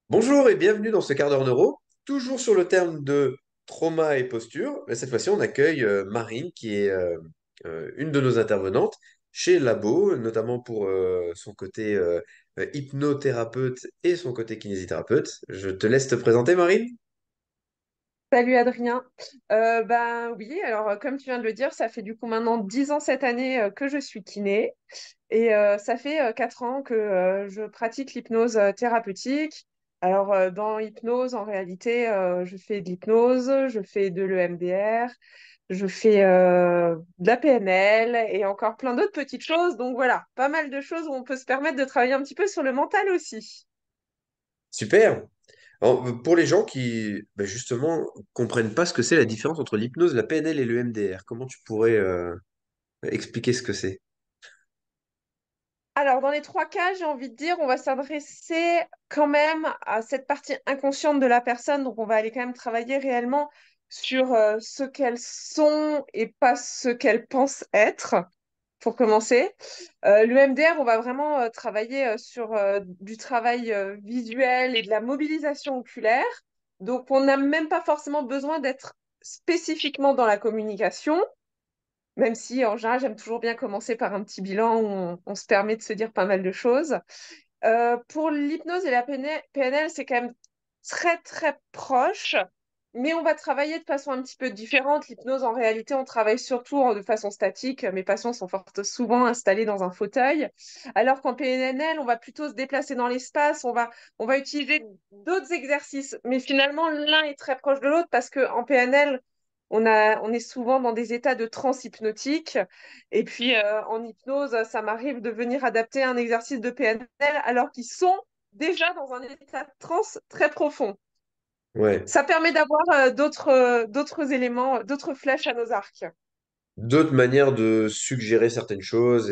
Bonjour et bienvenue dans ce quart d'heure neuro, toujours sur le terme de trauma et posture. Mais cette fois-ci, on accueille Marine, qui est une de nos intervenantes chez Labo, notamment pour son côté hypnothérapeute et son côté kinésithérapeute. Je te laisse te présenter, Marine. Salut Adrien. Ben oui, alors comme tu viens de le dire, ça fait du coup maintenant 10 ans cette année que je suis kiné et ça fait 4 ans que je pratique l'hypnose thérapeutique. Alors dans hypnose, en réalité, je fais de l'hypnose, je fais de l'EMDR, je fais de la PNL et encore plein d'autres petites choses. Donc voilà, pas mal de choses où on peut se permettre de travailler un petit peu sur le mental aussi. Super. Alors, pour les gens qui, justement, comprennent pas ce que c'est la différence entre l'hypnose, la PNL et le MDR, comment tu pourrais expliquer ce que c'est? Alors, dans les trois cas, j'ai envie de dire, on va s'adresser quand même à cette partie inconsciente de la personne. Donc, on va aller quand même travailler réellement sur ce qu'elles sont et pas ce qu'elles pensent être, pour commencer. L'EMDR, on va vraiment travailler sur du travail visuel et de la mobilisation oculaire. Donc, on n'a même pas forcément besoin d'être spécifiquement dans la communication. Même si, en général, j'aime toujours bien commencer par un petit bilan où on se permet de se dire pas mal de choses. Pour l'hypnose et la PNL, c'est quand même très, très proche, mais on va travailler de façon un petit peu différente. L'hypnose, en réalité, on travaille surtout de façon statique. Mes patients sont fort souvent installés dans un fauteuil, alors qu'en PNL, on va plutôt se déplacer dans l'espace, on va utiliser d'autres exercices, mais finalement, l'un est très proche de l'autre parce qu'en PNL, on est souvent dans des états de transe hypnotique. Et puis, en hypnose, ça m'arrive de venir adapter un exercice de PNL alors qu'ils sont déjà dans un état de transe très profond. Ouais. Ça permet d'avoir d'autres éléments, d'autres flèches à nos arcs. D'autres manières de suggérer certaines choses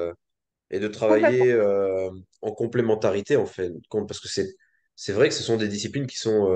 et de Complètement. travailler en complémentarité en fait, parce que c'est vrai que ce sont des disciplines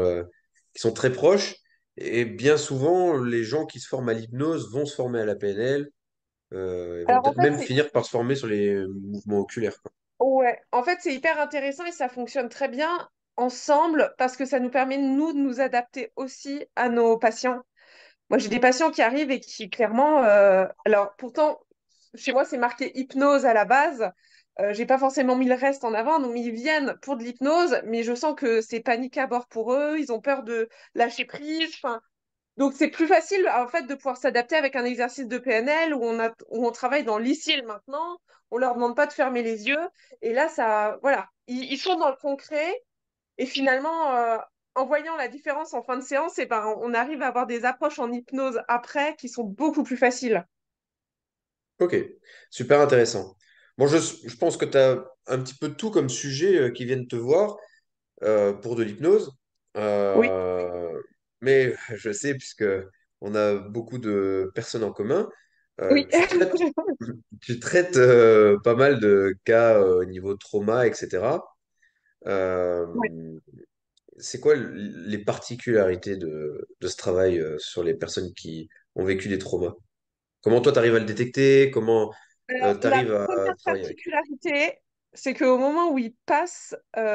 qui sont très proches et bien souvent les gens qui se forment à l'hypnose vont se former à la PNL et vont Alors en peut-être fait, même c'est finir par se former sur les mouvements oculaires, quoi. ouais. En fait, c'est hyper intéressant et ça fonctionne très bien ensemble parce que ça nous permet, nous, de nous adapter aussi à nos patients. Moi, j'ai des patients qui arrivent et qui, clairement, alors pourtant, chez moi, c'est marqué hypnose à la base. J'ai pas forcément mis le reste en avant, donc ils viennent pour de l'hypnose, mais je sens que c'est panique à bord pour eux. Ils ont peur de lâcher prise. Enfin, donc c'est plus facile en fait de pouvoir s'adapter avec un exercice de PNL où on travaille dans l'ici et le maintenant. On leur demande pas de fermer les yeux. Et là, ça, voilà, ils sont dans le concret et finalement, en voyant la différence en fin de séance, eh ben, on arrive à avoir des approches en hypnose après qui sont beaucoup plus faciles. Ok, super intéressant. Bon, je pense que tu as un petit peu tout comme sujet qui viennent te voir pour de l'hypnose. Oui, Euh, mais je sais, puisque on a beaucoup de personnes en commun, oui. tu traites pas mal de cas au niveau trauma, etc. Euh, Ouais. c'est quoi les particularités de ce travail sur les personnes qui ont vécu des traumas? Comment toi, tu arrives à le détecter? Comment Alors, tu la arrives à première travailler avec? particularité, c'est qu'au moment où ils passent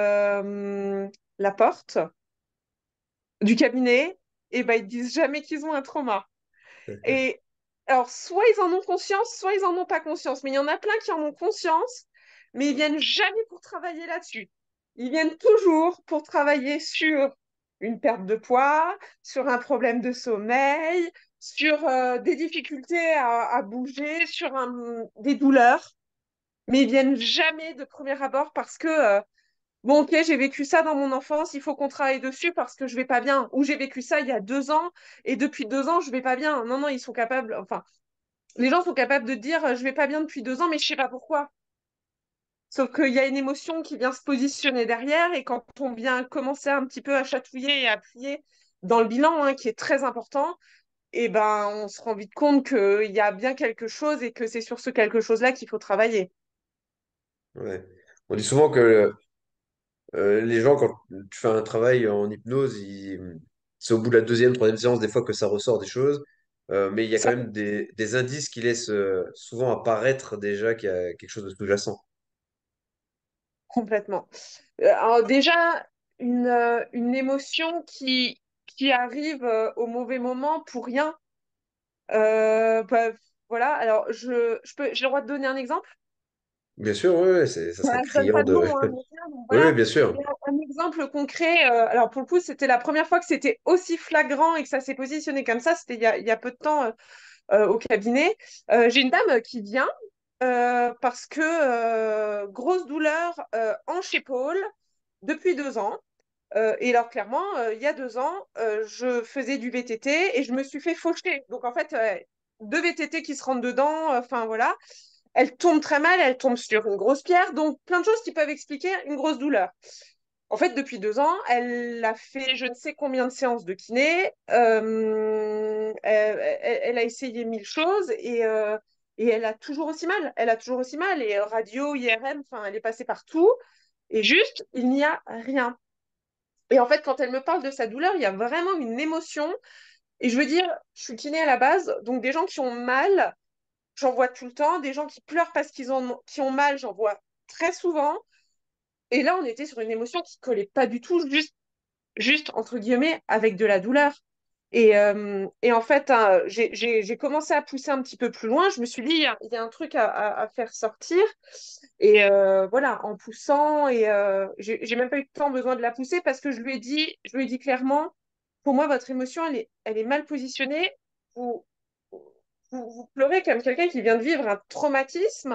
la porte du cabinet, eh ben, ils disent jamais qu'ils ont un trauma. Et alors, soit ils en ont conscience, soit ils en ont pas conscience. Mais il y en a plein qui en ont conscience, mais ils viennent jamais pour travailler là-dessus. Ils viennent toujours pour travailler sur une perte de poids, sur un problème de sommeil, sur des difficultés à bouger, sur des douleurs. Mais ils viennent jamais de premier abord parce que bon, ok, j'ai vécu ça dans mon enfance, il faut qu'on travaille dessus parce que je vais pas bien. Ou j'ai vécu ça il y a 2 ans et depuis 2 ans, je vais pas bien. Non, non, ils sont capables, enfin, les gens sont capables de dire je vais pas bien depuis 2 ans, mais je sais pas pourquoi. Sauf qu'il y a une émotion qui vient se positionner derrière et quand on vient commencer un petit peu à chatouiller et à appuyer dans le bilan, hein, qui est très important, et ben on se rend vite compte qu'il y a bien quelque chose et que c'est sur ce quelque chose-là qu'il faut travailler. Ouais. On dit souvent que les gens, quand tu fais un travail en hypnose, c'est au bout de la deuxième, troisième séance, des fois que ça ressort des choses. Mais il y a quand Ça, même des indices qui laissent souvent apparaître déjà qu'il y a quelque chose de sous-jacent. complètement. Alors déjà, une émotion qui arrive au mauvais moment pour rien. Bah, voilà, alors j'ai le droit de donner un exemple? Bien sûr, ouais, ouais, ça serait Voilà, je donne pas criant de de. nom, hein, mais rien, donc Oui, oui, voilà. bien Et sûr. un exemple concret, alors pour le coup, c'était la première fois que c'était aussi flagrant et que ça s'est positionné comme ça, c'était il y a peu de temps au cabinet. J'ai une dame qui vient parce que grosse douleur hanche épaule depuis 2 ans. Et alors, clairement, il y a 2 ans, je faisais du VTT et je me suis fait faucher. Donc, en fait, deux VTT qui se rentrent dedans, enfin voilà. Elle tombe très mal, elle tombe sur une grosse pierre. Donc, plein de choses qui peuvent expliquer une grosse douleur. En fait, depuis 2 ans, elle a fait je ne sais combien de séances de kiné. Elle a essayé 1000 choses et elle a toujours aussi mal. Elle a toujours aussi mal. Et radio, IRM, enfin, elle est passée partout. Et juste, il n'y a rien. Et en fait, quand elle me parle de sa douleur, il y a vraiment une émotion. Et je veux dire, je suis kiné à la base, donc des gens qui ont mal, j'en vois tout le temps. Des gens qui pleurent parce qui ont mal, j'en vois très souvent. Et là, on était sur une émotion qui collait pas du tout, juste entre guillemets, avec de la douleur. Et en fait, hein, j'ai commencé à pousser un petit peu plus loin. Je me suis dit, il y a un truc à faire sortir. Et voilà, en poussant, et j'ai même pas eu tant besoin de la pousser parce que je lui ai dit clairement, pour moi, votre émotion, elle est mal positionnée. Vous, vous pleurez comme quelqu'un qui vient de vivre un traumatisme.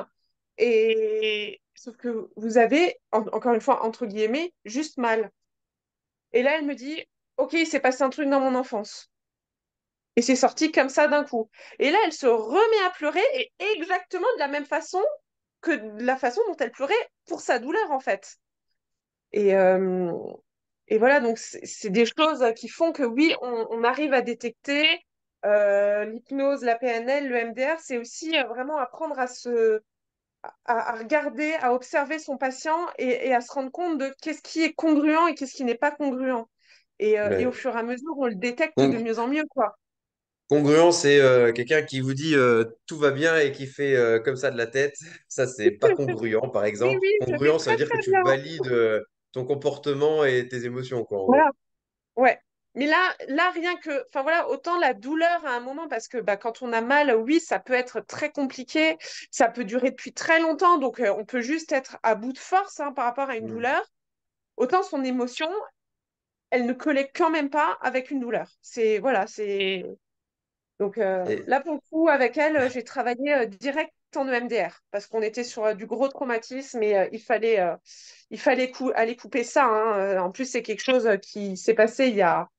Et sauf que vous avez, encore une fois, entre guillemets, juste mal. Et là, elle me dit, OK, il s'est passé un truc dans mon enfance. Et c'est sorti comme ça d'un coup. Et là, elle se remet à pleurer et exactement de la même façon que de la façon dont elle pleurait pour sa douleur, en fait. Et, euh, et voilà, donc c'est des choses qui font que oui, on arrive à détecter l'hypnose, la PNL, le MDR, c'est aussi vraiment apprendre à regarder, à observer son patient et à se rendre compte de qu'est-ce qui est congruent et qu'est-ce qui n'est pas congruent. Et au Ouais. fur et à mesure, on le détecte de Con- mieux en mieux, quoi. Congruent, c'est quelqu'un qui vous dit tout va bien et qui fait comme ça de la tête. Ça, c'est pas congruent, par Oui, exemple. oui, je fais Congruent, ça veut très dire que très tu bien. valides ton comportement et tes émotions, quoi, en gros. Voilà, ouais. Mais là, rien que, enfin voilà, autant la douleur à un moment, parce que bah, quand on a mal, oui, ça peut être très compliqué, ça peut durer depuis très longtemps, donc on peut juste être à bout de force hein, par rapport à une Mm. douleur. Autant son émotion, elle ne collait quand même pas avec une douleur. C'est, voilà, c'est. Donc Et, là, pour le coup, avec elle, j'ai travaillé direct en EMDR parce qu'on était sur du gros traumatisme et il fallait aller couper ça. Hein. En plus, c'est quelque chose qui s'est passé il y a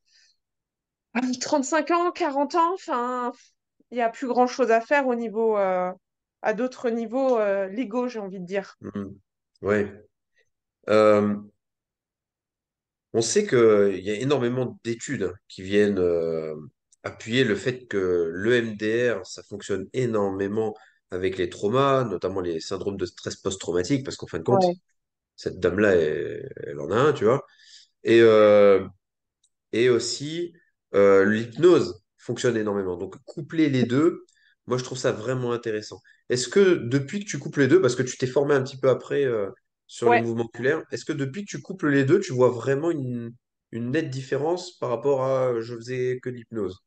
35 ans, 40 ans. Enfin, il n'y a plus grand-chose à faire au niveau, à d'autres niveaux légaux, j'ai envie de dire. ouais. Euh, on sait qu'il y a énormément d'études qui viennent appuyer le fait que l'EMDR, ça fonctionne énormément avec les traumas, notamment les syndromes de stress post-traumatique, parce qu'en fin de compte, Ouais, cette dame-là, elle en a un, tu vois. Et, et aussi, l'hypnose fonctionne énormément. Donc, coupler les deux, moi, je trouve ça vraiment intéressant. Est-ce que depuis que tu couples les deux, parce que tu t'es formé un petit peu après sur les ouais, mouvements oculaires, est-ce que depuis que tu couples les deux, tu vois vraiment une nette différence par rapport à je faisais que de l'hypnose?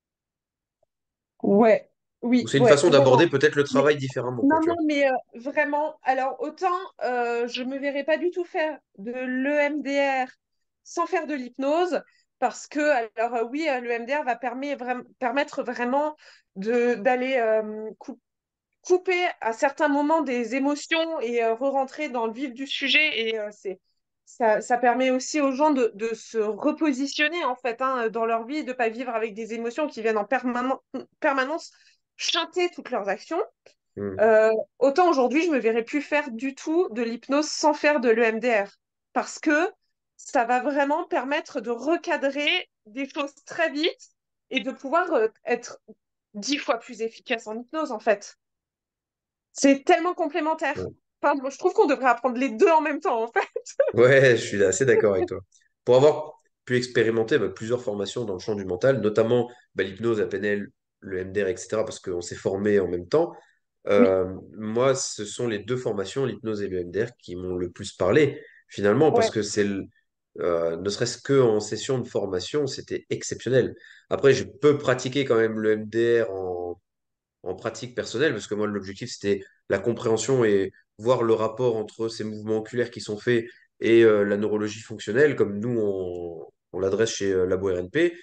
ouais, Ou oui, c'est une ouais, façon vraiment. d'aborder peut-être le Mais travail différemment, quoi, non, tu non, vois? mais vraiment, alors autant je me verrais pas du tout faire de l'EMDR sans faire de l'hypnose, parce que, alors oui, l'EMDR va permettre vraiment d'aller couper à certains moments des émotions et re-rentrer dans le vif du sujet. Et ça permet aussi aux gens de se repositionner en fait hein, dans leur vie, de ne pas vivre avec des émotions qui viennent en permanence chanter toutes leurs actions. Hmm. Euh, autant aujourd'hui, je me verrais plus faire du tout de l'hypnose sans faire de l'EMDR parce que ça va vraiment permettre de recadrer des choses très vite et de pouvoir être 10 fois plus efficace en hypnose en fait. C'est tellement complémentaire. Ouais. Enfin, moi, je trouve qu'on devrait apprendre les deux en même temps, en fait. Ouais, je suis assez d'accord avec toi. Pour avoir pu expérimenter plusieurs formations dans le champ du mental, notamment l'hypnose, la PNL, le MDR, etc., parce qu'on s'est formé en même temps, Oui, moi, ce sont les deux formations, l'hypnose et le MDR, qui m'ont le plus parlé, finalement, parce ouais, que Ne serait-ce qu'en session de formation, c'était exceptionnel. Après, je peux pratiquer quand même le MDR en pratique personnelle, parce que moi, l'objectif, c'était la compréhension et voir le rapport entre ces mouvements oculaires qui sont faits et la neurologie fonctionnelle, comme nous, on l'adresse chez Labo RNP.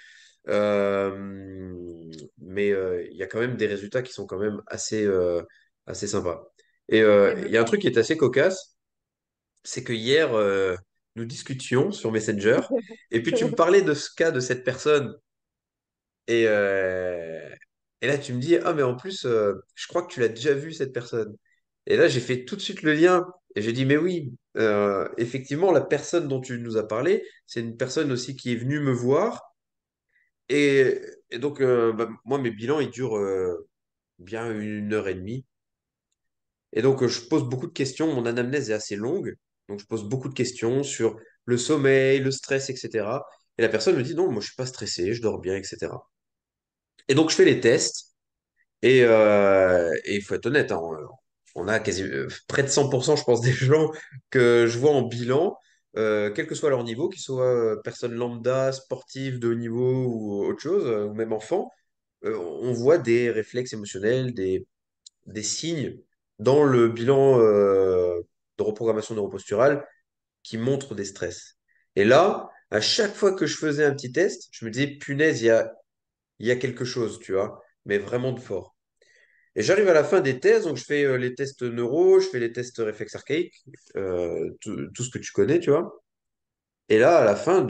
Mais il y a quand même des résultats qui sont quand même assez sympas. Et Et il y a un truc qui est assez cocasse, c'est que hier, nous discutions sur Messenger, et puis tu me parlais de ce cas de cette personne, et, euh, et là tu me dis, ah mais en plus, je crois que tu l'as déjà vu cette personne. Et là j'ai fait tout de suite le lien, et j'ai dit, mais oui, effectivement, la personne dont tu nous as parlé, c'est une personne aussi qui est venue me voir, et, et donc bah, moi mes bilans, ils durent bien 1 heure et demie. Et donc, je pose beaucoup de questions. Mon anamnèse est assez longue. Donc, je pose beaucoup de questions sur le sommeil, le stress, etc. Et la personne me dit, non, moi, je suis pas stressé, je dors bien, etc. Et donc, je fais les tests. Et il faut être honnête, hein, on a quasi, près de 100%, je pense, des gens que je vois en bilan, quel que soit leur niveau, qu'ils soient personnes lambda, sportifs de haut niveau ou autre chose, ou même enfants, on voit des réflexes émotionnels, des signes dans le bilan de reprogrammation neuroposturale qui montrent des stress. Et là, à chaque fois que je faisais un petit test, je me disais, punaise, il y a quelque chose, tu vois, mais vraiment de fort. Et j'arrive à la fin des tests, donc je fais les tests neuro, je fais les tests réflexe archaïque, tout ce que tu connais, tu vois. Et là, à la fin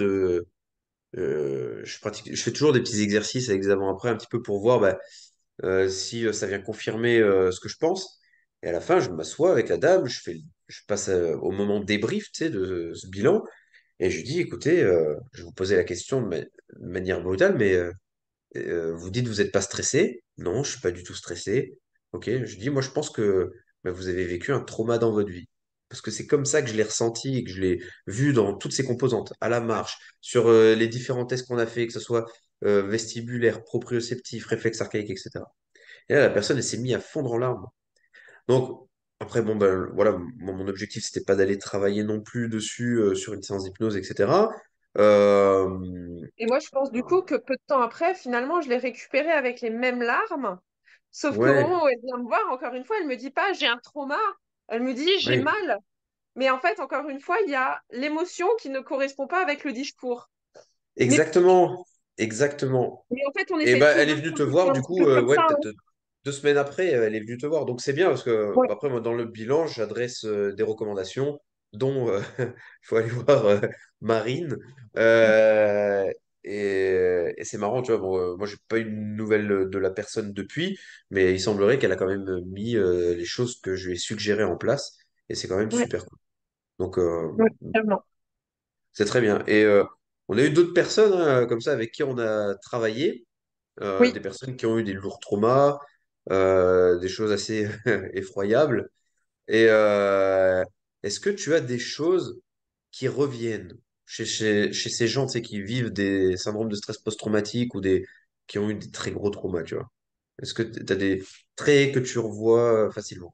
je fais toujours des petits exercices avec des avant-après, un petit peu pour voir bah, si ça vient confirmer ce que je pense. Et à la fin, je m'assois avec la dame, je passe au moment débrief, tu sais, de ce bilan, et je lui dis, écoutez, je vais vous poser la question de manière brutale, mais vous dites que vous n'êtes pas stressé? Non, je suis pas du tout stressé. Ok, je dis, moi je pense que bah, vous avez vécu un trauma dans votre vie. Parce que c'est comme ça que je l'ai ressenti et que je l'ai vu dans toutes ses composantes, à la marche, sur les différents tests qu'on a fait, que ce soit vestibulaire, proprioceptif, réflexe archaïque, etc. Et là, la personne, elle s'est mise à fondre en larmes. Donc, après, bon, ben, voilà, mon objectif, c'était pas d'aller travailler non plus dessus sur une séance d'hypnose, etc. Euh, Et moi, je pense du coup que peu de temps après, finalement, je l'ai récupérée avec les mêmes larmes. Sauf qu'au ouais, moment où elle vient me voir, encore une fois, elle me dit pas j'ai un trauma. Elle me dit j'ai ouais, mal. Mais en fait, encore une fois, il y a l'émotion qui ne correspond pas avec le discours. Mais, exactement, exactement. mais en fait, on Et essaye ben, tous elle de est se venue te protéger voir, un du petit coup, peu comme ouais, ça, peut-être hein. 2 semaines après, elle est venue te voir. Donc c'est bien parce que, Ouais, bah, après, moi, dans le bilan, j'adresse des recommandations, dont il faut aller voir Marine. Euh, et c'est marrant, tu vois. Bon, moi, j'ai pas eu de nouvelles de la personne depuis, mais il semblerait qu'elle a quand même mis les choses que je lui ai suggérées en place. Et c'est quand même ouais, super cool. Donc, ouais, tellement. c'est très bien. Et on a eu d'autres personnes hein, comme ça avec qui on a travaillé des Oui. personnes qui ont eu des lourds traumas, des choses assez effroyables. Et est-ce que tu as des choses qui reviennent chez ces gens, tu sais, qui vivent des syndromes de stress post-traumatique ou qui ont eu des très gros traumas, tu vois? Est-ce que tu as des traits que tu revois facilement?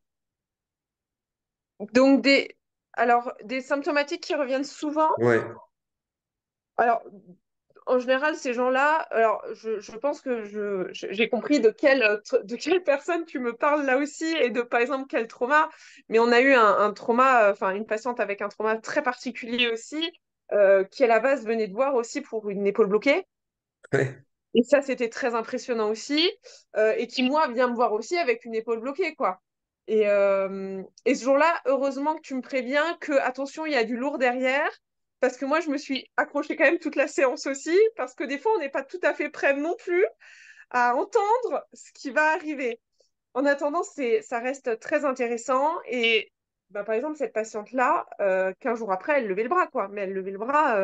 Donc, des symptomatiques qui reviennent souvent. Ouais, Alors, en général, ces gens-là, alors je pense que j'ai compris de quelle personne tu me parles là aussi et de par exemple quel trauma, mais on a eu un trauma, enfin une patiente avec un trauma très particulier aussi, qui à la base venait de voir aussi pour une épaule bloquée. ouais, Et ça, c'était très impressionnant aussi. Et qui, moi, vient me voir aussi avec une épaule bloquée, quoi. Et ce jour-là, heureusement que tu me préviens que, attention, il y a du lourd derrière. Parce que moi, je me suis accrochée quand même toute la séance aussi. Parce que des fois, on n'est pas tout à fait prêt non plus à entendre ce qui va arriver. En attendant, ça reste très intéressant. Et bah, par exemple, cette patiente-là, 15 jours après, elle levait le bras, quoi. Mais elle levait le bras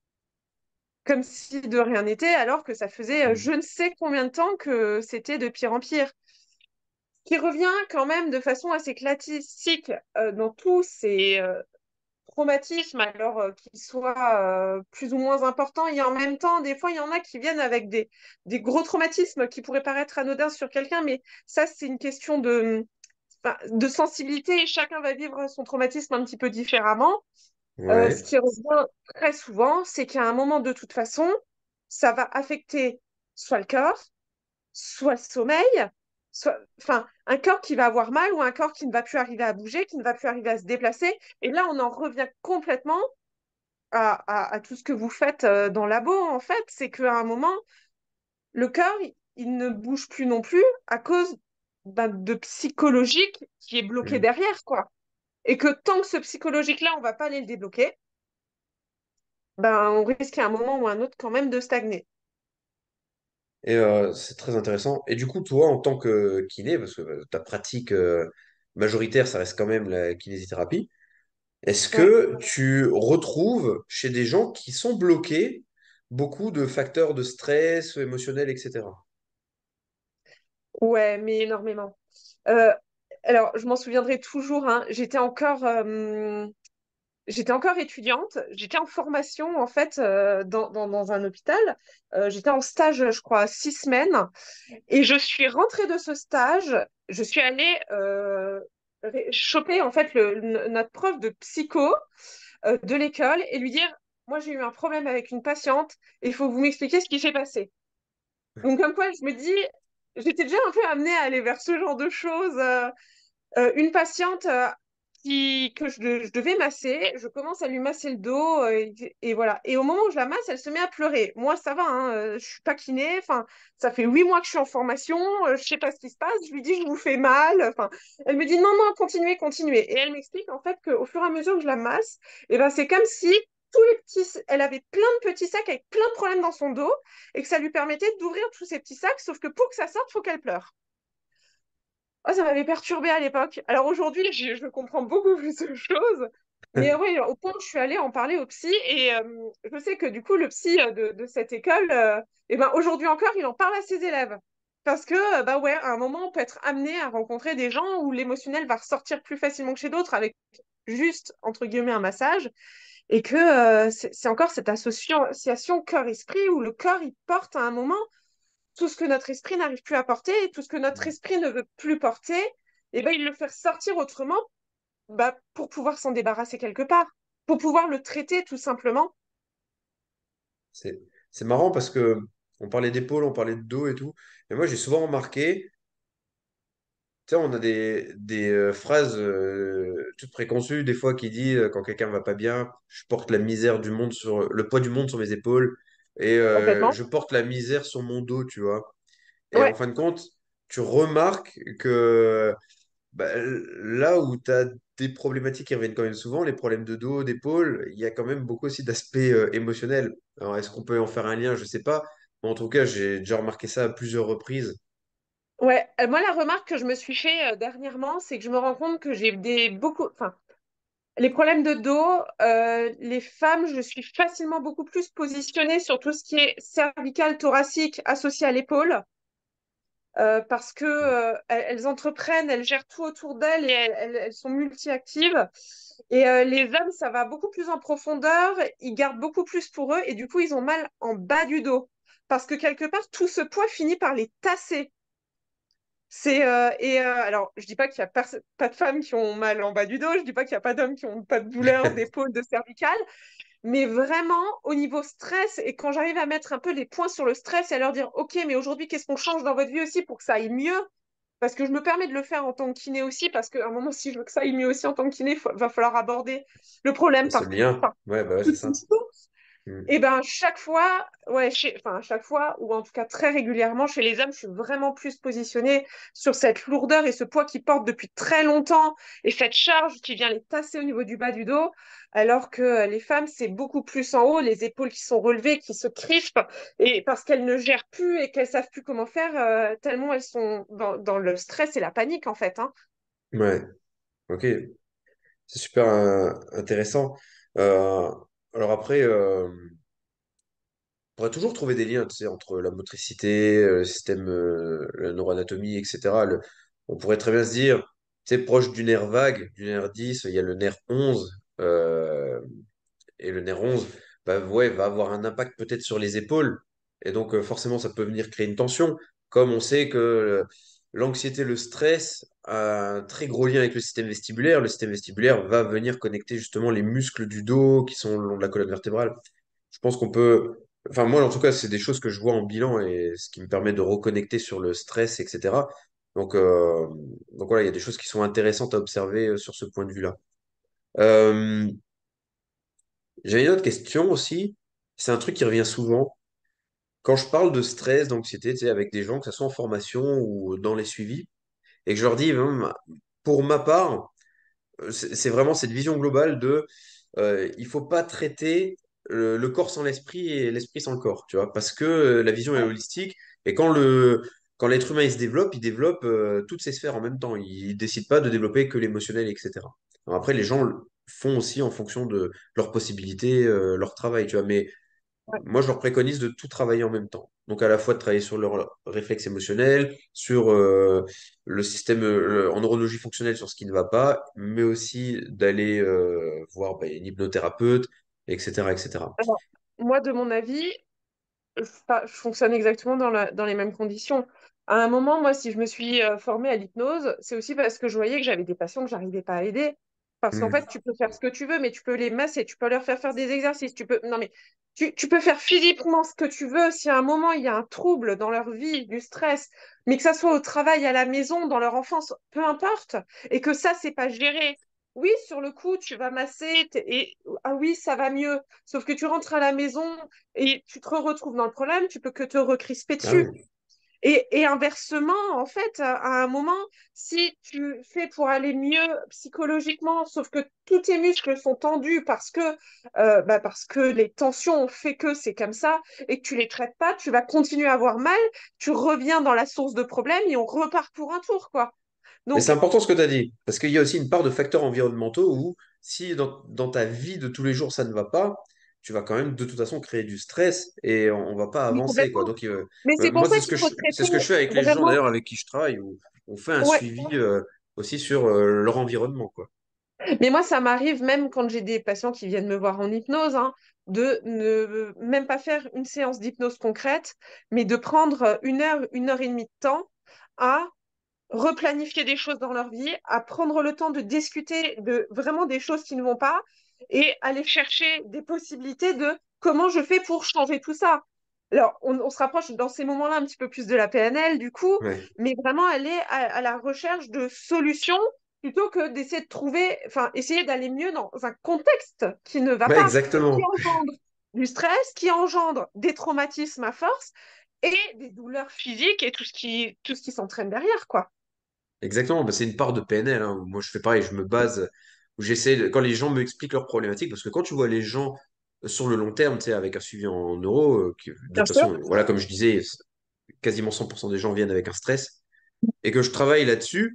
comme si de rien n'était, alors que ça faisait je ne sais combien de temps que c'était de pire en pire. Qui revient quand même de façon assez classique dans tous ces traumatismes, alors qu'ils soient plus ou moins importants, et en même temps, des fois, il y en a qui viennent avec des gros traumatismes qui pourraient paraître anodins sur quelqu'un, mais ça, c'est une question de sensibilité, et chacun va vivre son traumatisme un petit peu différemment. Ce Ouais. qui revient très souvent, c'est qu'à un moment, de toute façon, ça va affecter soit le corps, soit le sommeil, enfin, un corps qui va avoir mal ou un corps qui ne va plus arriver à bouger, qui ne va plus arriver à se déplacer. Et là, on en revient complètement à tout ce que vous faites dans le labo, en fait. C'est qu'à un moment, le corps, il ne bouge plus non plus à cause de psychologique qui est bloqué Mm. derrière, quoi. Et que tant que ce psychologique-là, on va pas aller le débloquer, ben, on risque à un moment ou à un autre quand même de stagner. Et c'est très intéressant. Et du coup, toi, en tant que kiné, parce que ta pratique majoritaire, ça reste quand même la kinésithérapie, est-ce Ouais. que tu retrouves chez des gens qui sont bloqués beaucoup de facteurs de stress émotionnel, etc. Ouais, mais énormément. Euh, alors, je m'en souviendrai toujours, hein, j'étais encore étudiante, j'étais en formation en fait dans un hôpital. J'étais en stage, je crois, 6 semaines. Et je suis rentrée de ce stage, je suis allée choper en fait notre prof de psycho de l'école et lui dire, moi j'ai eu un problème avec une patiente, il faut que vous m'expliquer ce qui s'est passé. Donc comme quoi je me dis, j'étais déjà un peu amenée à aller vers ce genre de choses. Une patiente que je devais masser, je commence à lui masser le dos et voilà. Et au moment où je la masse, elle se met à pleurer. Moi, ça va, hein, je suis pas kiné. Enfin, ça fait 8 mois que je suis en formation, je sais pas ce qui se passe. Je lui dis, je vous fais mal. Enfin, elle me dit, non, non, continuez, continuez. Et elle m'explique en fait qu'au fur et à mesure que je la masse, et ben, c'est comme si elle avait plein de petits sacs avec plein de problèmes dans son dos et que ça lui permettait d'ouvrir tous ces petits sacs, sauf que pour que ça sorte, il faut qu'elle pleure. Oh, ça m'avait perturbée à l'époque. Alors aujourd'hui, je comprends beaucoup plus de choses. Mais oui, au point où je suis allée en parler au psy, et je sais que du coup, le psy de cette école, eh ben, aujourd'hui encore, il en parle à ses élèves. Parce que, bah ouais, à un moment, on peut être amené à rencontrer des gens où l'émotionnel va ressortir plus facilement que chez d'autres avec juste, entre guillemets, un massage. Et que c'est encore cette association corps-esprit où le corps, il porte à un moment tout ce que notre esprit n'arrive plus à porter et tout ce que notre esprit ne veut plus porter, et ben, il le fait sortir autrement bah, pour pouvoir s'en débarrasser quelque part, pour pouvoir le traiter tout simplement. C'est, c'est marrant parce que on parlait d'épaule, on parlait de dos et tout. Et moi, j'ai souvent remarqué, tu sais, on a des phrases toutes préconçues, des fois qui dit quand quelqu'un va pas bien, je porte la misère du monde sur le poids du monde sur mes épaules et Complètement. je porte la misère sur mon dos, tu vois. Et en Ouais, fin de compte, tu remarques que bah, là où tu as des problématiques qui reviennent quand même souvent, les problèmes de dos, d'épaule, il y a quand même beaucoup aussi d'aspects émotionnels. Alors, est-ce qu'on peut en faire un lien? Je sais pas. Mais en tout cas, j'ai déjà remarqué ça à plusieurs reprises. ouais. Moi, la remarque que je me suis fait dernièrement, c'est que je me rends compte que enfin, les problèmes de dos, les femmes, je suis facilement beaucoup plus positionnée sur tout ce qui est cervical, thoracique, associé à l'épaule. Parce que elles entreprennent, elles gèrent tout autour d'elles et elles sont multi-actives. Et les hommes, ça va beaucoup plus en profondeur, ils gardent beaucoup plus pour eux et du coup, ils ont mal en bas du dos. Parce que quelque part, tout ce poids finit par les tasser. Alors, je dis pas qu'il y a pas de femmes qui ont mal en bas du dos, je dis pas qu'il y a pas d'hommes qui ont pas de douleur d'épaule, de cervicale, mais vraiment, au niveau stress, et quand j'arrive à mettre un peu les points sur le stress et à leur dire, OK, mais aujourd'hui, qu'est-ce qu'on change dans votre vie aussi pour que ça aille mieux? Parce que je me permets de le faire en tant que kiné aussi, parce qu'à un moment, si je veux que ça aille mieux aussi en tant que kiné, va falloir aborder le problème Ce lien. par Ouais, bah ouais, c'est toute une ça. source. Mm. Et ben chaque fois, ouais, enfin chaque fois, ou en tout cas très régulièrement chez les hommes, je suis vraiment plus positionnée sur cette lourdeur et ce poids qu'ils portent depuis très longtemps et cette charge qui vient les tasser au niveau du bas du dos, alors que les femmes, c'est beaucoup plus en haut, les épaules qui sont relevées, qui se crispent, et parce qu'elles ne gèrent plus et qu'elles savent plus comment faire, tellement elles sont dans le stress et la panique en fait, hein. Ouais, ok. C'est super intéressant. Euh, alors après, on pourrait toujours trouver des liens, tu sais, entre la motricité, le système, la neuroanatomie, etc. On pourrait très bien se dire, tu sais, proche du nerf vague, du nerf 10, il y a le nerf 11. Et le nerf 11, bah, ouais, va avoir un impact peut-être sur les épaules. Et donc, forcément, ça peut venir créer une tension. Comme on sait que l'anxiété, le stress a un très gros lien avec le système vestibulaire. Le système vestibulaire va venir connecter justement les muscles du dos qui sont le long de la colonne vertébrale. Je pense qu'on peut, enfin moi en tout cas, c'est des choses que je vois en bilan et ce qui me permet de reconnecter sur le stress, etc. Donc, euh, donc voilà, il y a des choses qui sont intéressantes à observer sur ce point de vue-là. Euh, j'ai une autre question aussi. C'est un truc qui revient souvent. Quand je parle de stress, d'anxiété, tu sais, avec des gens, que ce soit en formation ou dans les suivis, et que je leur dis, pour ma part, c'est vraiment cette vision globale de il faut pas traiter le corps sans l'esprit et l'esprit sans le corps, tu vois, parce que la vision est holistique et quand l'être humain il se développe, il développe toutes ses sphères en même temps. Il décide pas de développer que l'émotionnel, etc. Alors après, les gens le font aussi en fonction de leurs possibilités, leur travail, tu vois, mais moi, je leur préconise de tout travailler en même temps. Donc, à la fois de travailler sur leur réflexe émotionnel, sur le système en neurologie fonctionnelle, sur ce qui ne va pas, mais aussi d'aller voir une hypnothérapeute, etc., etc. Alors, moi, de mon avis, je fonctionne exactement dans les mêmes conditions. À un moment, moi, si je me suis formée à l'hypnose, c'est aussi parce que je voyais que j'avais des patients que j'arrivais pas à aider. Parce qu'en fait, Hmm. tu peux faire ce que tu veux, mais tu peux les masser, tu peux leur faire faire des exercices, tu peux... Non, mais tu peux faire physiquement ce que tu veux. Si à un moment, il y a un trouble dans leur vie, du stress, mais que ça soit au travail, à la maison, dans leur enfance, peu importe, et que ça, c'est pas géré. Oui, sur le coup, tu vas masser et ah oui, ça va mieux. Sauf que tu rentres à la maison, et tu te retrouves dans le problème, tu peux que te recrisper Ah dessus. oui. Et inversement, en fait, à un moment, si tu fais pour aller mieux psychologiquement, sauf que tous tes muscles sont tendus parce que les tensions ont fait que c'est comme ça, et que tu les traites pas, tu vas continuer à avoir mal, tu reviens dans la source de problème et on repart pour un tour, quoi. Mais c'est Donc, important ce que tu as dit, parce qu'il y a aussi une part de facteurs environnementaux où si dans ta vie de tous les jours ça ne va pas, tu vas quand même de toute façon créer du stress et on va pas mais avancer, quoi. complètement. Donc Mais c'est pour moi ça qu'il faut c'est traiter ce que je fais avec les gens vraiment. d'ailleurs avec qui je travaille, où on fait un Ouais. suivi aussi sur leur environnement, quoi. Mais moi, ça m'arrive même quand j'ai des patients qui viennent me voir en hypnose, hein, de ne même pas faire une séance d'hypnose concrète, mais de prendre une heure et demie de temps à replanifier des choses dans leur vie, à prendre le temps de discuter de vraiment des choses qui ne vont pas et aller chercher des possibilités de comment je fais pour changer tout ça. Alors, on se rapproche dans ces moments-là un petit peu plus de la PNL, du coup, Ouais, mais vraiment aller à la recherche de solutions plutôt que d'essayer de trouver, enfin, essayer d'aller mieux dans un contexte qui ne va ouais, pas, qui exactement. engendre du stress, qui engendre des traumatismes à force et des douleurs physiques et tout ce qui s'entraîne derrière, quoi. Exactement, bah, c'est une part de PNL, hein. Moi, je fais pareil, je me base, où quand les gens me expliquent leurs problématiques, parce que quand tu vois les gens sur le long terme, tu sais, avec un suivi en neuro, de Bien toute sûr. façon, voilà, comme je disais, quasiment 100% des gens viennent avec un stress, et que je travaille là-dessus,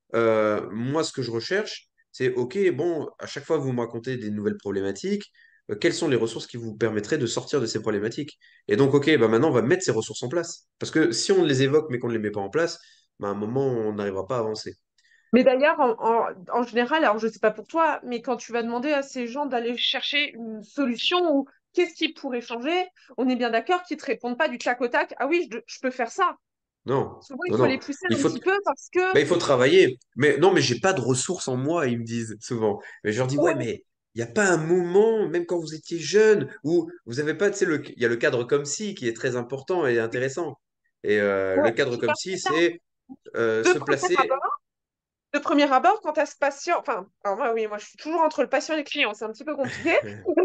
moi, ce que je recherche, c'est, OK, bon, à chaque fois que vous me racontez des nouvelles problématiques, quelles sont les ressources qui vous permettraient de sortir de ces problématiques? Et donc, OK, bah maintenant, on va mettre ces ressources en place. Parce que si on les évoque, mais qu'on ne les met pas en place, bah, à un moment, on n'arrivera pas à avancer. Mais d'ailleurs, en général, alors je ne sais pas pour toi, mais quand tu vas demander à ces gens d'aller chercher une solution ou qu'est-ce qui pourrait changer, on est bien d'accord qu'ils ne te répondent pas du tac au tac. Ah oui, je peux faire ça. Non, Souvent, il non, faut les non. pousser Il un faut, petit peu parce que il faut travailler. Mais non, mais j'ai pas de ressources en moi, ils me disent souvent. Mais je leur dis, ouais, ouais, mais il n'y a pas un moment, même quand vous étiez jeune, où vous avez pas, tu sais, il y a le cadre comme si qui est très important et intéressant. Et ouais, le cadre qui comme passe si, bien. c'est De se premier placer. abord, de premier abord, quand tu as ce patient, enfin, alors moi, oui, moi, je suis toujours entre le patient et le client, c'est un petit peu compliqué.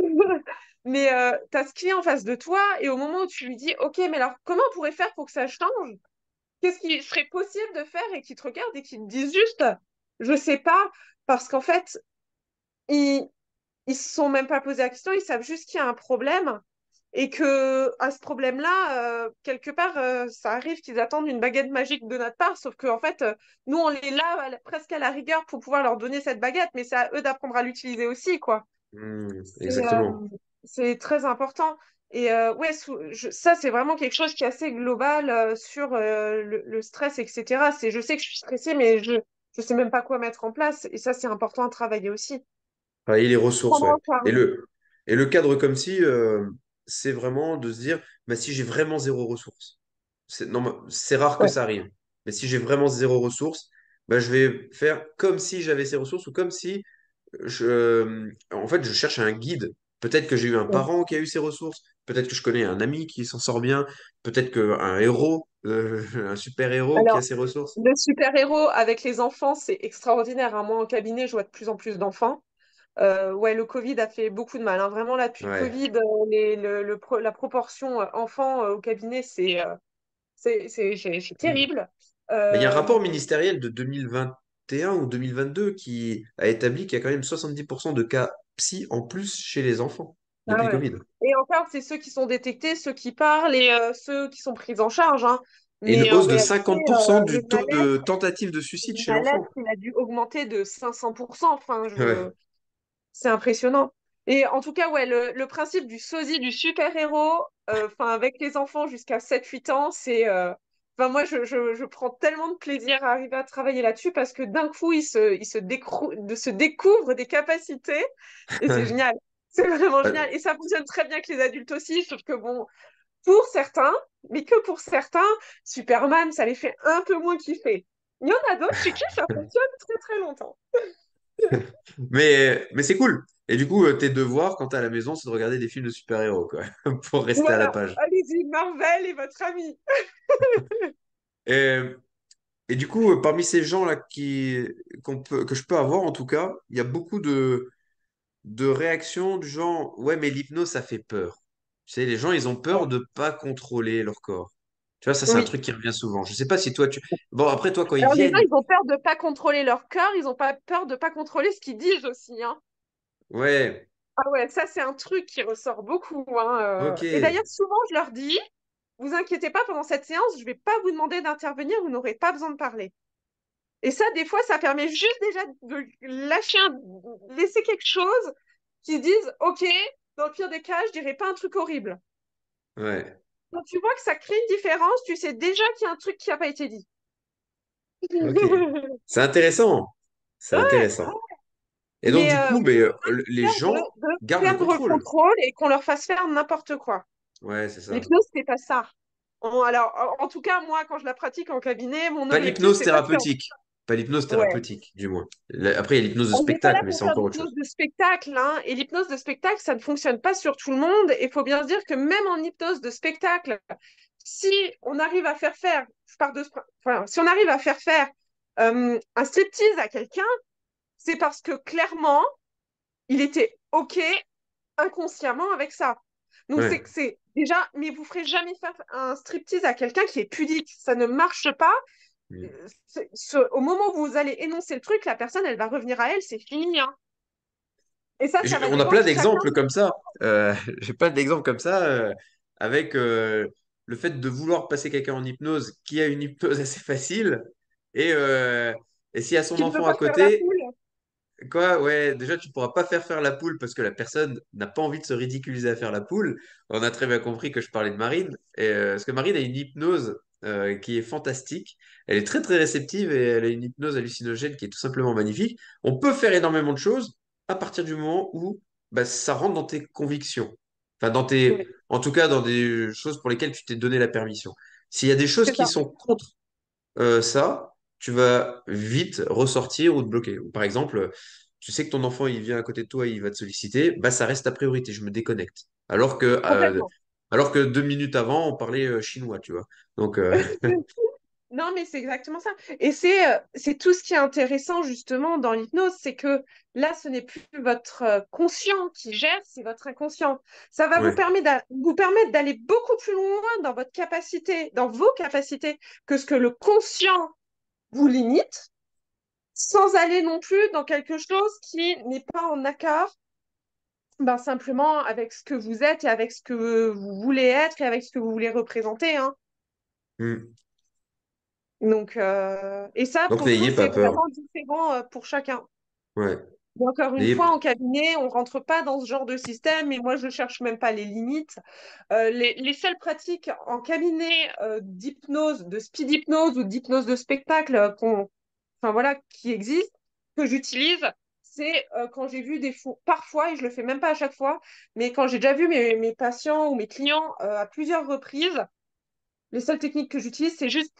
Mais tu as ce client en face de toi et au moment où tu lui dis, OK, mais alors comment on pourrait faire pour que ça change? Qu'est-ce qui serait possible de faire et qui te regardent et qui te disent juste, je sais pas, parce qu'en fait, ils ils se sont même pas posé la question, ils savent juste qu'il y a un problème et que à ce problème-là, quelque part, ça arrive qu'ils attendent une baguette magique de notre part, sauf qu'en fait, nous, on est là presque à la rigueur pour pouvoir leur donner cette baguette, mais c'est à eux d'apprendre à l'utiliser aussi, quoi. C'est Exactement. c'est très important. Et ouais, ça, c'est vraiment quelque chose qui est assez global sur le stress, etc. Je sais que je suis stressée, mais je sais même pas quoi mettre en place. Et ça, c'est important à travailler aussi. Travailler les ressources, ouais. Prendre en Et charge. le cadre comme si, c'est vraiment de se dire, bah, si j'ai vraiment zéro ressource, non, c'est rare que Ouais. ça arrive. Mais si j'ai vraiment zéro ressource, bah, je vais faire comme si j'avais ces ressources ou comme si en fait, je cherche un guide. Peut-être que j'ai eu un parent qui a eu ces ressources. Peut-être que je connais un ami qui s'en sort bien. Peut-être qu'un héros, un super-héros qui a Alors, ces ressources. le super-héros avec les enfants, c'est extraordinaire, hein. Moi, en cabinet, je vois de plus en plus d'enfants. Ouais, le Covid a fait beaucoup de mal, hein. Vraiment, là, depuis le Ouais. Covid, la proportion enfants au cabinet, c'est Hmm. terrible. Mais il y a un Euh, rapport ministériel de 2021 ou 2022 qui a établi qu'il y a quand même 70% de cas psy en plus chez les enfants ah depuis le ouais. Covid. Et encore, c'est ceux qui sont détectés, ceux qui parlent et ceux qui sont pris en charge, hein. Et une Mais en hausse de réalité, 50% le du taux de mal-être, tentative de suicide le chez mal-être, l'enfant. il a dû augmenter de 500%. Enfin, Ouais. c'est impressionnant. Et en tout cas, ouais, le principe du sosie, du super-héros, enfin, avec les enfants jusqu'à 7 8 ans, enfin, moi, je prends tellement de plaisir à arriver à travailler là-dessus parce que d'un coup, se découvrent des capacités et c'est génial. C'est vraiment Ouais. génial. Et ça fonctionne très bien avec les adultes aussi, sauf que bon, pour certains, mais que pour certains, Superman, ça les fait un peu moins kiffer. Il y en a d'autres chez qui ça fonctionne très très longtemps. Mais c'est cool. Et du coup, tes devoirs quand t'es à la maison, c'est de regarder des films de super-héros, quoi, pour rester à la Voilà, page. allez-y, Marvel est votre ami. Et, et du coup, parmi ces gens-là que je peux avoir, en tout cas, il y a beaucoup de réactions du genre, ouais, mais l'hypnose, ça fait peur. Tu sais, les gens, ils ont peur de pas contrôler leur corps. Tu vois, ça, c'est un Oui. truc qui revient souvent. Je sais pas si toi, tu... Bon, après, toi, quand ils Alors les gens, viennent, ils ont peur de pas contrôler leur cœur, ils ont pas peur de pas contrôler ce qu'ils disent aussi, hein. ouais, Ah ouais, ça c'est un truc qui ressort beaucoup, hein. ok, Et d'ailleurs, souvent, je leur dis, vous inquiétez pas, pendant cette séance, je vais pas vous demander d'intervenir, vous n'aurez pas besoin de parler. Et ça, des fois, ça permet juste déjà de laisser quelque chose qui dise, OK, dans le pire des cas, je dirais pas un truc horrible. ouais, Quand tu vois que ça crée une différence, tu sais déjà qu'il y a un truc qui n'a pas été dit. ok. C'est intéressant. C'est Ouais, intéressant. Et donc, mais du coup, oui, ils ont les peur gens de gardent le perdre le contrôle. contrôle et qu'on leur fasse faire n'importe quoi. Ouais, c'est ça. L'hypnose, c'est pas ça. Alors, en tout cas, moi, quand je la pratique en cabinet, mon Pas objectif, l'hypnose c'est pas de faire. thérapeutique. Pas l'hypnose Ouais. thérapeutique, du moins. Après, il y a l'hypnose de On n'est pas là spectacle, mais pour c'est faire encore autre chose. d'hypnose de spectacle, hein. Et l'hypnose de spectacle, ça ne fonctionne pas sur tout le monde. Et il faut bien se dire que même en hypnose de spectacle, si on arrive à faire faire, je pars de enfin, si on arrive à faire faire un striptease à quelqu'un, c'est parce que clairement, il était OK inconsciemment avec ça. Donc Ouais. c'est déjà, mais vous ferez jamais faire un striptease à quelqu'un qui est pudique. Ça ne marche pas. Mm. Au moment où vous allez énoncer le truc, la personne, elle va revenir à elle, c'est fini, hein. Et ça va On a dépendre plein de chacun. d'exemples comme ça. J'ai plein d'exemples comme ça avec le fait de vouloir passer quelqu'un en hypnose qui a une hypnose assez facile. Et, euh, et s'il y a son Qui ne veut enfant à pas faire la côté, poule. quoi, ouais, déjà, tu pourras pas faire la poule parce que la personne n'a pas envie de se ridiculiser à faire la poule. On a très bien compris que je parlais de Marine. Parce que Marine a une hypnose qui est fantastique. Elle est très, très réceptive et elle a une hypnose hallucinogène qui est tout simplement magnifique. On peut faire énormément de choses à partir du moment où bah, ça rentre dans tes convictions. Enfin, Oui, en tout cas, dans des choses pour lesquelles tu t'es donné la permission. S'il y a des choses c'est qui ça. sont contre ça, tu vas vite ressortir ou te bloquer. Ou par exemple, tu sais que ton enfant il vient à côté de toi et il va te solliciter, bah ça reste ta priorité, je me déconnecte. Complètement. Alors que 2 minutes avant, on parlait chinois, tu vois. Donc, Non, mais c'est exactement ça. Et c'est tout ce qui est intéressant justement dans l'hypnose, c'est que là, ce n'est plus votre conscient qui gère, c'est votre inconscient. Ça va ouais. vous permettre d'aller beaucoup plus loin dans votre capacité, dans vos capacités, que ce que le conscient vous limite, sans aller non plus dans quelque chose qui n'est pas en accord, ben, simplement avec ce que vous êtes et avec ce que vous voulez être et avec ce que vous voulez représenter, hein. Hmm. Donc, et ça, Donc pour le coup, n'ayez pas c'est peur. vraiment différent pour chacun. Ouais. Et encore une N'ayez... fois, en cabinet, on rentre pas dans ce genre de système et moi, je cherche même pas les limites. Les seules pratiques en cabinet d'hypnose, de speed hypnose ou d'hypnose de spectacle enfin, voilà, qui existent, que j'utilise, c'est quand j'ai vu des fous, parfois, et je le fais même pas à chaque fois, mais quand j'ai déjà vu mes patients ou mes clients à plusieurs reprises, les seules techniques que j'utilise, c'est juste pour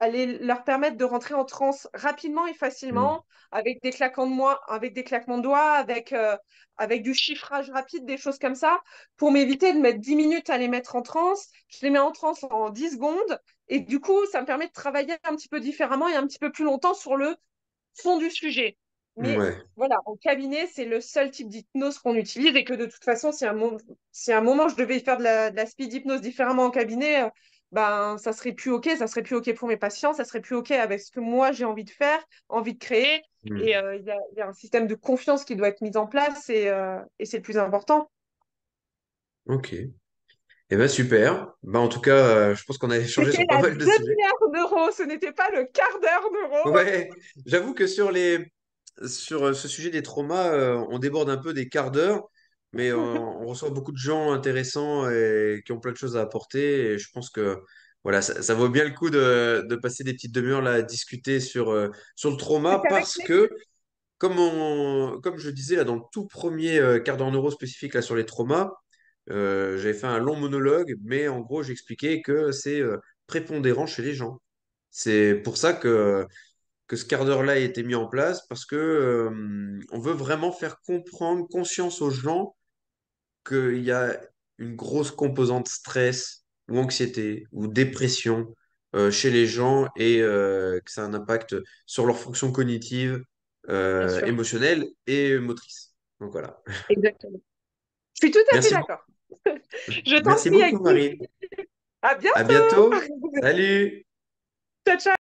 aller leur permettre de rentrer en transe rapidement et Mm. facilement, avec des claquements de moi, avec des claquements de doigts, avec du chiffrage rapide, des choses comme ça, pour m'éviter de mettre 10 minutes à les mettre en transe. Je les mets en transe en 10 secondes, et du coup, ça me permet de travailler un petit peu différemment et un petit peu plus longtemps sur le fond du sujet. Mais Ouais. voilà, en cabinet, c'est le seul type d'hypnose qu'on utilise et que de toute façon, si à un moment je devais faire de la speed hypnose différemment en cabinet, ben ça serait plus OK pour mes patients, ça serait plus OK avec ce que moi j'ai envie de faire, envie de créer. Et Mm. il y a un système de confiance qui doit être mis en place et c'est le plus important. Ok. Eh ben super. Ben, en tout cas, je pense qu'on a échangé C'était sur pas la mal de sujets. demi-heure d'euro, ce n'était pas le quart d'heure d'euro. Ouais, j'avoue que sur ce sujet des traumas, on déborde un peu des quarts d'heure, mais on reçoit beaucoup de gens intéressants et qui ont plein de choses à apporter. Et je pense que voilà, ça vaut bien le coup de passer des petites demi-heures là à discuter sur le trauma C'est avec parce plaisir. que comme je disais là dans le tout premier quart d'heure neuro spécifique là sur les traumas, j'avais fait un long monologue, mais en gros j'expliquais que c'est prépondérant chez les gens. C'est pour ça que ce quart d'heure-là a été mis en place parce que on veut vraiment faire comprendre conscience aux gens qu'il y a une grosse composante stress ou anxiété ou dépression chez les gens et que ça a un impact sur leur fonction cognitive, Bien sûr. émotionnelle et motrice. Donc voilà. Exactement. Je suis tout à fait Merci beaucoup. d'accord. Je t'en Merci prie, beaucoup, avec plaisir. Marine. À À bientôt. bientôt. Salut. Ciao, ciao.